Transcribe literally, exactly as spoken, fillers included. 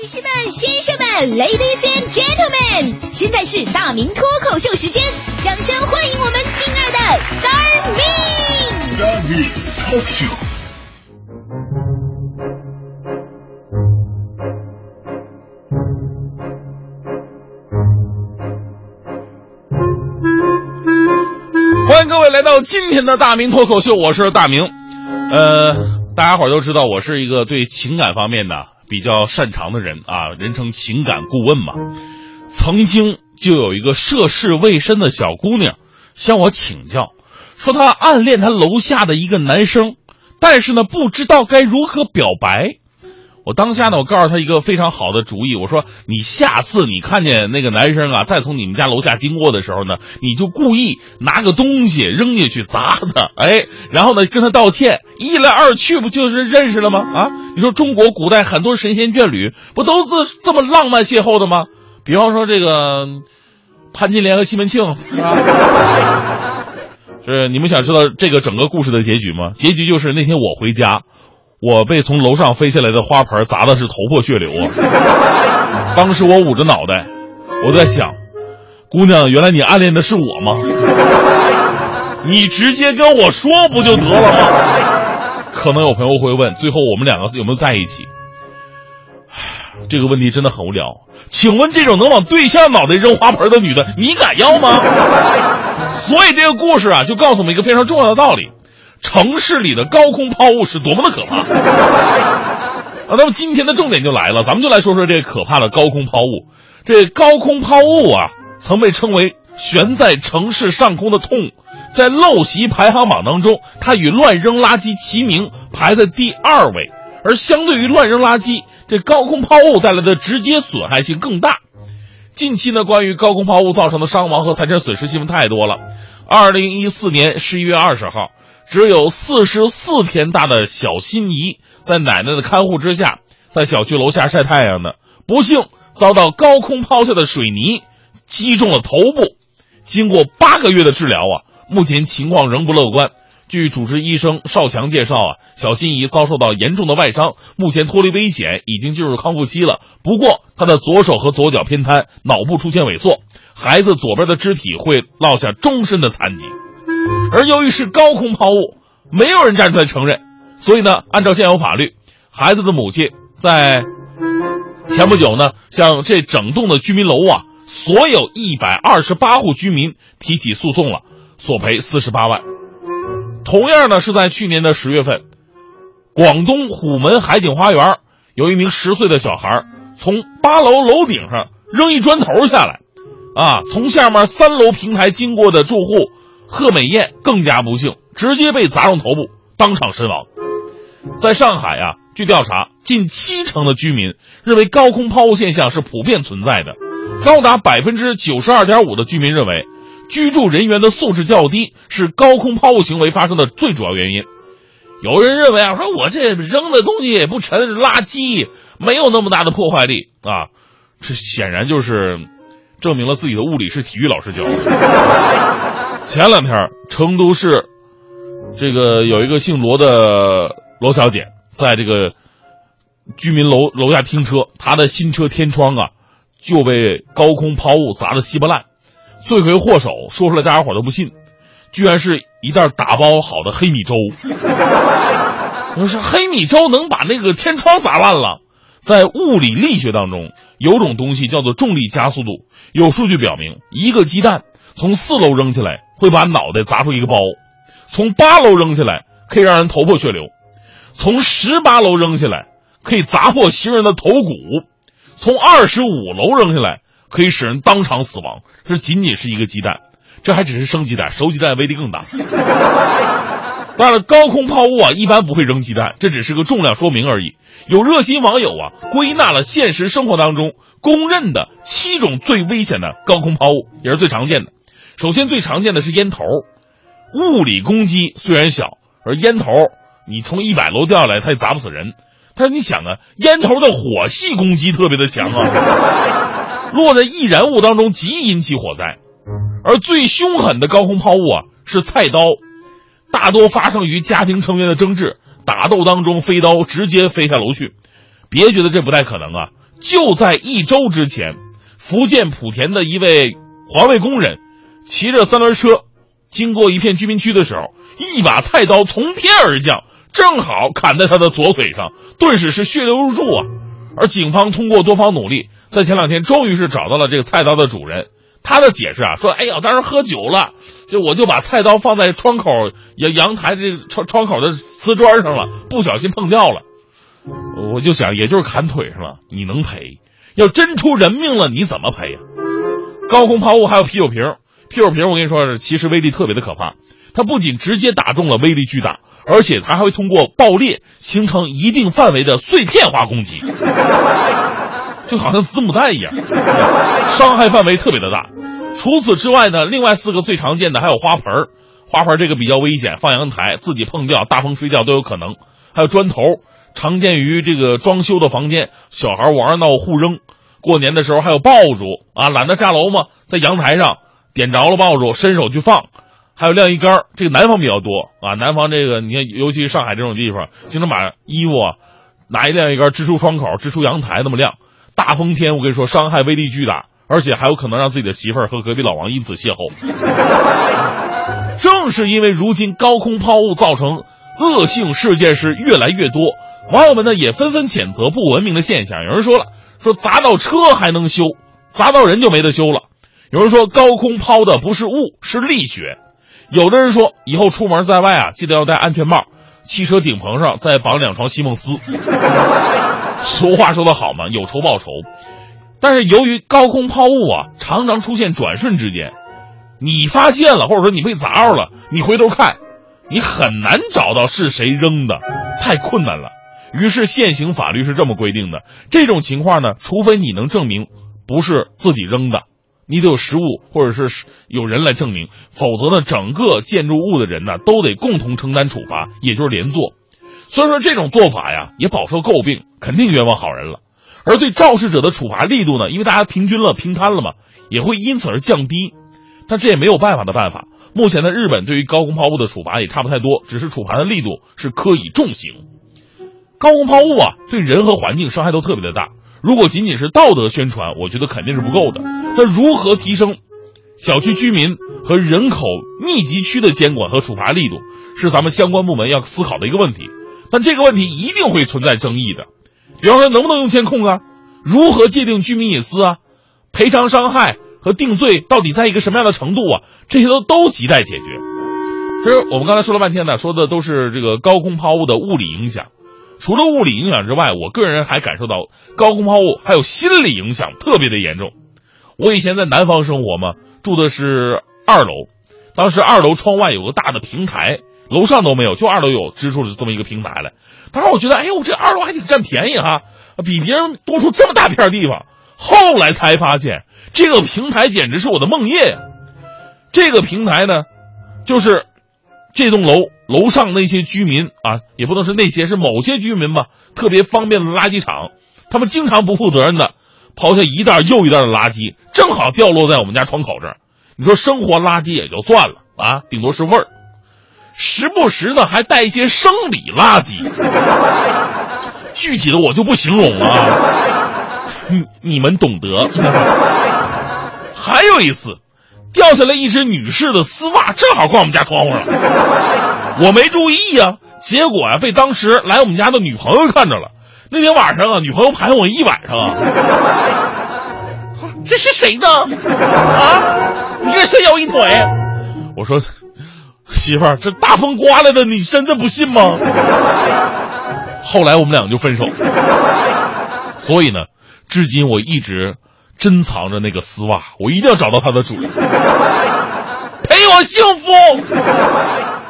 女士们、先生们 ，Ladies and Gentlemen， 现在是大明脱口秀时间，掌声欢迎我们亲爱的 Star Me。Star Me Talk Show。 欢迎各位来到今天的大明脱口秀，我是大明。呃，大家伙儿都知道我是一个对情感方面的比较擅长的人啊，人称情感顾问嘛。曾经就有一个涉世未深的小姑娘向我请教，说她暗恋她楼下的一个男生，但是呢不知道该如何表白。我当下呢，我告诉他一个非常好的主意，我说你下次你看见那个男生啊，再从你们家楼下经过的时候呢，你就故意拿个东西扔进去砸他，哎，然后呢跟他道歉，一来二去不就是认识了吗？啊，你说中国古代很多神仙眷侣不都是这么浪漫邂逅的吗？比方说这个潘金莲和西门庆，是你们想知道这个整个故事的结局吗？结局就是那天我回家。我被从楼上飞下来的花盆砸的是头破血流啊！当时我捂着脑袋，我在想，姑娘，原来你暗恋的是我吗？你直接跟我说不就得了吗？可能有朋友会问，最后我们两个有没有在一起？这个问题真的很无聊。请问这种能往对象脑袋扔花盆的女的，你敢要吗？所以这个故事啊，就告诉我们一个非常重要的道理。城市里的高空抛物是多么的可怕啊！那么今天的重点就来了，咱们就来说说这可怕的高空抛物。这高空抛物啊，曾被称为悬在城市上空的痛，在陋习排行榜当中，它与乱扔垃圾齐名，排在第二位。而相对于乱扔垃圾，这高空抛物带来的直接损害性更大。近期呢，关于高空抛物造成的伤亡和财产损失新闻太多了。二零一四年十一月二十号。只有四十四天大的小心怡，在奶奶的看护之下，在小区楼下晒太阳呢，不幸遭到高空抛下的水泥击中了头部。经过八个月的治疗啊，目前情况仍不乐观。据主治医生邵强介绍啊，小心怡遭受到严重的外伤，目前脱离危险，已经进入康复期了。不过她的左手和左脚偏瘫，脑部出现萎缩，孩子左边的肢体会落下终身的残疾。而由于是高空抛物，没有人站出来承认，所以呢，按照现有法律，孩子的母亲在前不久呢，向这整栋的居民楼啊，所有一百二十八户居民提起诉讼了，索赔四十八万。同样呢，是在去年的十月份，广东虎门海景花园有一名十岁的小孩从八楼楼顶上扔一砖头下来，啊，从下面三楼平台经过的住户贺美艳更加不幸，直接被砸中头部，当场身亡。在上海啊，据调查，近七成的居民认为高空抛物现象是普遍存在的，高达百分之九十二点五的居民认为，居住人员的素质较低是高空抛物行为发生的最主要原因。有人认为啊，说我这扔的东西也不沉，垃圾没有那么大的破坏力啊，这显然就是证明了自己的物理是体育老师教的。前两天成都市这个有一个姓罗的罗小姐在这个居民楼楼下停车，她的新车天窗啊就被高空抛物砸得稀巴烂。罪魁祸首说出来大家伙都不信，居然是一袋打包好的黑米粥。我说黑米粥能把那个天窗砸烂了？在物理力学当中有种东西叫做重力加速度，有数据表明一个鸡蛋从四楼扔起来会把脑袋砸出一个包，从八楼扔起来可以让人头破血流，从十八楼扔起来可以砸破行人的头骨，从二十五楼扔下来可以使人当场死亡。这仅仅是一个鸡蛋，这还只是生鸡蛋，熟鸡蛋威力更大。当然高空抛物啊一般不会扔鸡蛋，这只是个重量说明而已。有热心网友啊归纳了现实生活当中公认的七种最危险的高空抛物，也是最常见的。首先最常见的是烟头，物理攻击虽然小，而烟头你从一百楼掉下来它也砸不死人，但是你想啊，烟头的火系攻击特别的强啊，落在易燃物当中极易引起火灾。而最凶狠的高空抛物啊是菜刀，大多发生于家庭成员的争执，打斗当中飞刀直接飞下楼去。别觉得这不太可能啊， 就在一周之前，福建莆田的一位环卫工人骑着三轮车经过一片居民区的时候，一把菜刀从天而降，正好砍在他的左腿上，顿时是血流如注啊。而警方通过多方努力，在前两天终于是找到了这个菜刀的主人。他的解释啊，说哎呀，当时喝酒了，就我就把菜刀放在窗口阳阳台这窗窗口的瓷砖上了，不小心碰掉了。我就想，也就是砍腿上了，你能赔？要真出人命了，你怎么赔呀？高空抛物还有啤酒瓶，啤酒瓶我跟你说，其实威力特别的可怕，它不仅直接打中了，威力巨大，而且它还会通过爆裂形成一定范围的碎片化攻击，就好像子母弹一样，伤害范围特别的大。除此之外呢，另外四个最常见的还有花盆，花盆这个比较危险，放阳台自己碰掉，大风吹掉都有可能。还有砖头，常见于这个装修的房间，小孩玩闹互扔。过年的时候还有爆竹啊，懒得下楼嘛，在阳台上点着了爆竹，伸手去放。还有晾衣杆，这个南方比较多啊，南方这个你看，尤其是上海这种地方，经常把衣服啊拿一晾衣杆支出窗口，支出阳台那么晾。大风天我跟你说，伤害威力巨大，而且还有可能让自己的媳妇儿和隔壁老王因此邂逅。正是因为如今高空抛物造成恶性事件是越来越多，网友们呢也纷纷谴责不文明的现象。有人说了，说砸到车还能修，砸到人就没得修了。有人说高空抛的不是物，是力学。有的人说以后出门在外啊，记得要戴安全帽，汽车顶棚上再绑两床席梦思。俗话说得好嘛，有仇报仇。但是由于高空抛物啊，常常出现转瞬之间，你发现了，或者说你被砸着了，你回头看，你很难找到是谁扔的，太困难了。于是现行法律是这么规定的，这种情况呢，除非你能证明不是自己扔的，你得有实物或者是有人来证明，否则呢，整个建筑物的人呢都得共同承担处罚，也就是连坐。所以说这种做法呀，也饱受诟病，肯定冤枉好人了。而对肇事者的处罚力度呢，因为大家平均了平摊了嘛，也会因此而降低。但这也没有办法的办法。目前的日本对于高空抛物的处罚也差不太多，只是处罚的力度是科以重刑。高空抛物啊，对人和环境伤害都特别的大。如果仅仅是道德宣传，我觉得肯定是不够的。那如何提升小区居民和人口密集区的监管和处罚力度，是咱们相关部门要思考的一个问题。但这个问题一定会存在争议的。比方说，能不能用监控啊？如何界定居民隐私啊？赔偿伤害和定罪到底在一个什么样的程度啊？这些都都亟待解决。其实我们刚才说了半天呢，说的都是这个高空抛物的物理影响。除了物理影响之外，我个人还感受到高空抛物还有心理影响特别的严重。我以前在南方生活嘛，住的是二楼，当时二楼窗外有个大的平台，楼上都没有，就二楼有支出了这么一个平台来。当时我觉得，哎呦，这二楼还挺占便宜哈，比别人多出这么大片地方。后来才发现，这个平台简直是我的梦魇呀！这个平台呢，就是这栋楼楼上那些居民啊，也不能是那些，是某些居民吧，特别方便的垃圾场，他们经常不负责任的抛下一袋又一袋的垃圾，正好掉落在我们家窗口这儿。你说生活垃圾也就算了啊，顶多是味儿，时不时的还带一些生理垃圾，具体的我就不形容了啊，你你们懂得。还有一次，掉下来一只女士的丝袜，正好挂我们家窗户上，我没注意呀、啊，结果啊被当时来我们家的女朋友看着了。那天晚上啊，女朋友盘我一晚上啊，这是谁的啊？你这谁有一腿？我说媳妇儿，这大风刮来的，你真的不信吗？后来我们两个就分手。所以呢，至今我一直珍藏着那个丝袜，我一定要找到它的主人，陪我幸福。